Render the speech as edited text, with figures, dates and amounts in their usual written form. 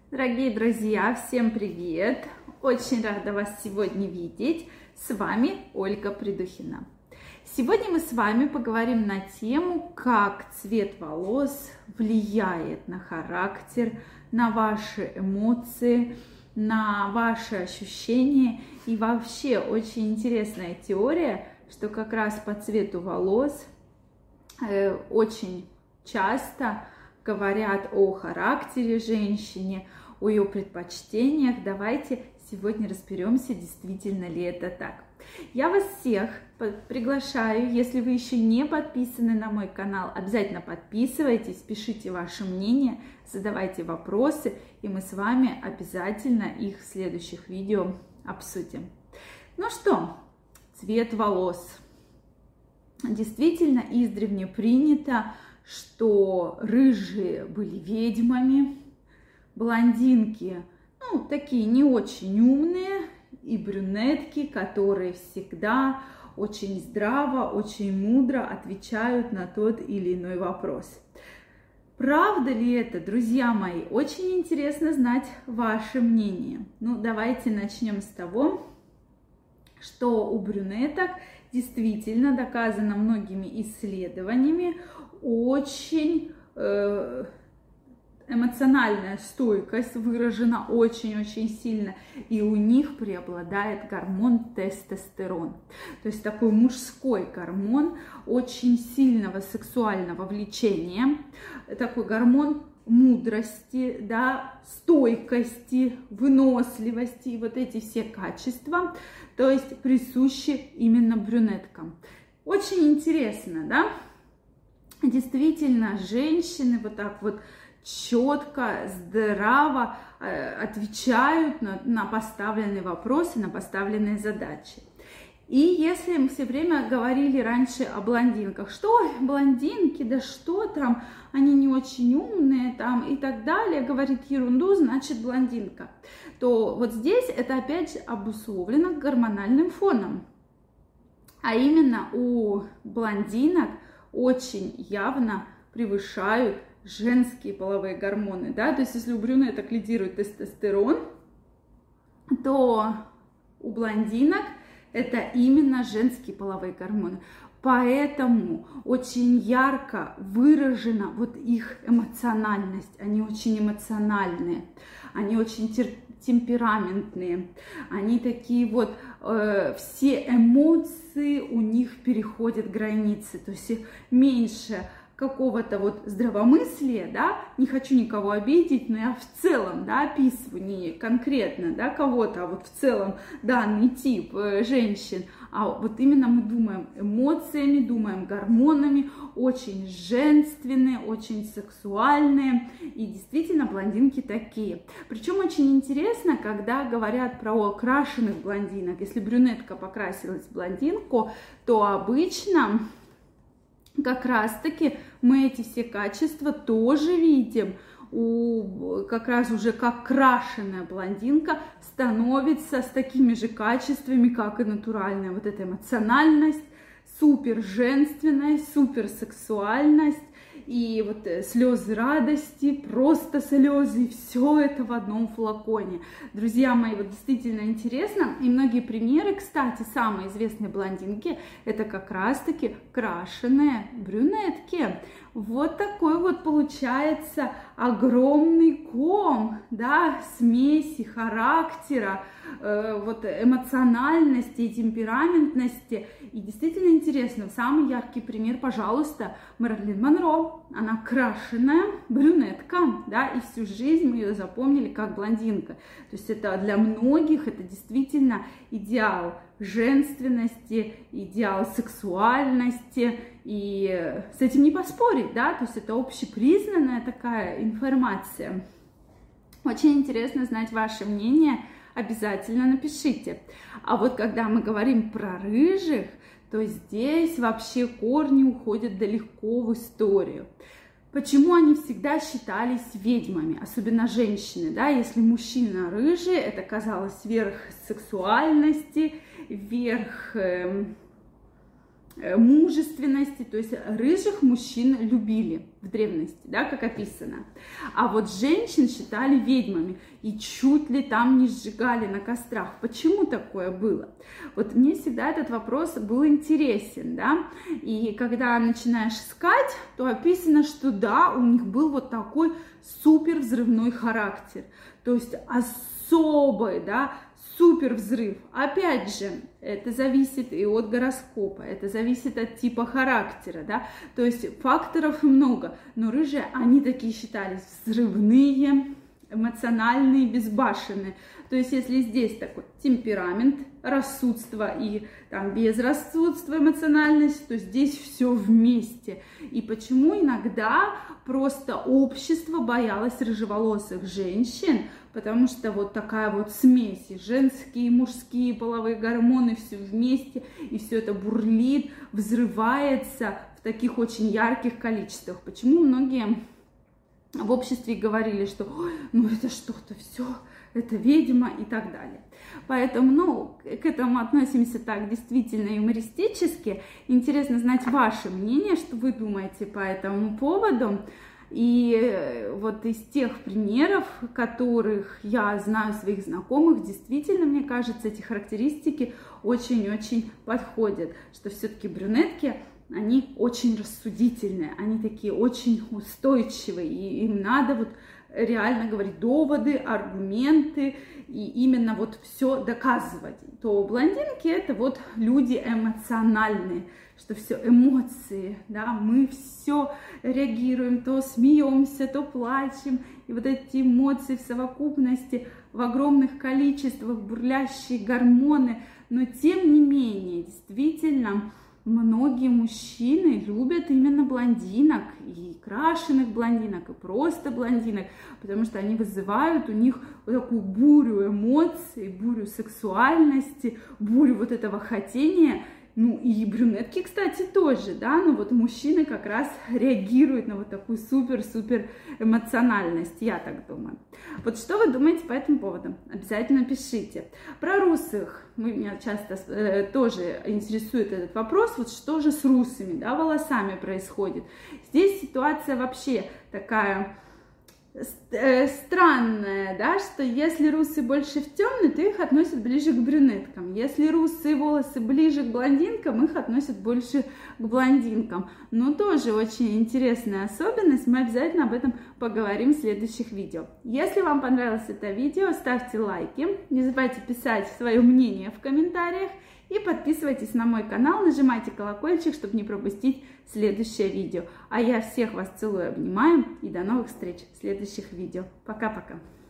Дорогие друзья, всем привет! Очень рада вас сегодня видеть. С вами Ольга Придухина. Сегодня мы с вами поговорим на тему, как цвет волос влияет на характер, на ваши эмоции, на ваши ощущения. И вообще очень интересная теория, что как раз по цвету волос очень часто говорят о характере женщины, о ее предпочтениях. Давайте сегодня разберемся, действительно ли это так. Я вас всех приглашаю, если вы еще не подписаны на мой канал, обязательно подписывайтесь, пишите ваше мнение, задавайте вопросы, и мы с вами обязательно их в следующих видео обсудим. Ну что, цвет волос. Действительно, издревле принято, что рыжие были ведьмами, блондинки, такие не очень умные, и брюнетки, которые всегда очень здраво, очень мудро отвечают на тот или иной вопрос. Правда ли это, друзья мои? Очень интересно знать ваше мнение. Давайте начнем с того, что у брюнеток действительно доказано многими исследованиями очень эмоциональная стойкость выражена очень-очень сильно, и у них преобладает гормон тестостерон, то есть такой мужской гормон очень сильного сексуального влечения, такой гормон мудрости, стойкости, выносливости, и вот эти все качества, то есть присущи именно брюнеткам. Очень интересно, да? Действительно, женщины вот так вот четко, здраво отвечают на поставленные вопросы, на поставленные задачи. И если мы все время говорили раньше о блондинках, что блондинки, да что там, они не очень умные там и так далее, говорит ерунду, значит блондинка, то вот здесь это опять же обусловлено гормональным фоном. А именно у блондинок очень явно превышают женские половые гормоны, да, то есть если у брюнеток лидирует тестостерон, то у блондинок это именно женские половые гормоны. Поэтому очень ярко выражена вот их эмоциональность. Они очень эмоциональные, они очень темпераментные, они такие вот, все эмоции у них переходят границы, то есть меньше какого-то вот здравомыслия, да, не хочу никого обидеть, но я в целом, да, описываю не конкретно, да, кого-то, а вот в целом данный тип женщин, а вот именно мы думаем эмоциями, думаем гормонами, очень женственные, очень сексуальные, и действительно блондинки такие. Причем очень интересно, когда говорят про окрашенных блондинок, если брюнетка покрасилась в блондинку, то обычно как раз-таки мы эти все качества тоже видим. Как раз уже как крашеная блондинка становится с такими же качествами, как и натуральная. Вот эта эмоциональность, супер женственность, супер сексуальность и вот слезы радости, просто слезы, и все это в одном флаконе. Друзья мои, вот действительно интересно, и многие примеры, кстати, самые известные блондинки, это как раз-таки крашеные брюнетки. Вот такой вот получается огромный ком, да, смеси характера, вот эмоциональности и темпераментности. И действительно интересно, самый яркий пример, пожалуйста, Мэрилин Монро. Она крашеная брюнетка, да, и всю жизнь мы ее запомнили как блондинка. То есть это для многих, это действительно идеал женственности, идеал сексуальности, и с этим не поспорить, да, то есть это общепризнанная такая информация. Очень интересно знать ваше мнение, обязательно напишите. А вот когда мы говорим про рыжих, то здесь вообще корни уходят далеко в историю. Почему они всегда считались ведьмами, особенно женщины, да, если мужчина рыжий, это казалось верх сексуальности, верх мужественности, то есть рыжих мужчин любили в древности, да, как описано. А вот женщин считали ведьмами и чуть ли там не сжигали на кострах. Почему такое было? Вот мне всегда этот вопрос был интересен, да, и когда начинаешь искать, то описано, что да, у них был вот такой супер взрывной характер, то есть особый, да, супер взрыв. Опять же, это зависит и от гороскопа, это зависит от типа характера, да, то есть факторов много, но рыжие, они такие считались взрывные, эмоциональные, безбашенные. То есть если здесь такой темперамент, рассудство и там безрассудство, эмоциональность, то здесь все вместе. И почему иногда просто общество боялось рыжеволосых женщин, потому что вот такая вот смесь, женские, мужские половые гормоны, все вместе, и все это бурлит, взрывается в таких очень ярких количествах. Почему многие в обществе говорили, что ой, ну это что-то все, это ведьма и так далее. Поэтому, ну, к этому относимся так действительно юмористически. Интересно знать ваше мнение, что вы думаете по этому поводу. И вот из тех примеров, которых я знаю своих знакомых, действительно, мне кажется, эти характеристики очень-очень подходят, что все-таки брюнетки, они очень рассудительные, они такие очень устойчивые, и им надо вот реально говорить доводы, аргументы, и именно вот все доказывать. То блондинки это вот люди эмоциональные, что все эмоции, да, мы все реагируем, то смеемся, то плачем, и вот эти эмоции в совокупности, в огромных количествах, бурлящие гормоны, но тем не менее, действительно, многие мужчины любят именно блондинок, и крашеных блондинок, и просто блондинок, потому что они вызывают у них вот такую бурю эмоций, бурю сексуальности, бурю вот этого хотения. Ну и брюнетки, кстати, тоже, да, но вот мужчины как раз реагируют на вот такую супер-супер эмоциональность, я так думаю. Вот что вы думаете по этому поводу? Обязательно пишите. Про русых, меня часто тоже интересует этот вопрос, вот что же с русыми, да, волосами происходит. Здесь ситуация вообще такая странная, да, что если русы больше в темный, то их относят ближе к брюнеткам. Если русые волосы ближе к блондинкам, их относят больше к блондинкам. Но тоже очень интересная особенность, мы обязательно об этом поговорим в следующих видео. Если вам понравилось это видео, ставьте лайки, не забывайте писать свое мнение в комментариях и подписывайтесь на мой канал, нажимайте колокольчик, чтобы не пропустить следующее видео. А я всех вас целую, обнимаю и до новых встреч в следующих видео. Пока-пока!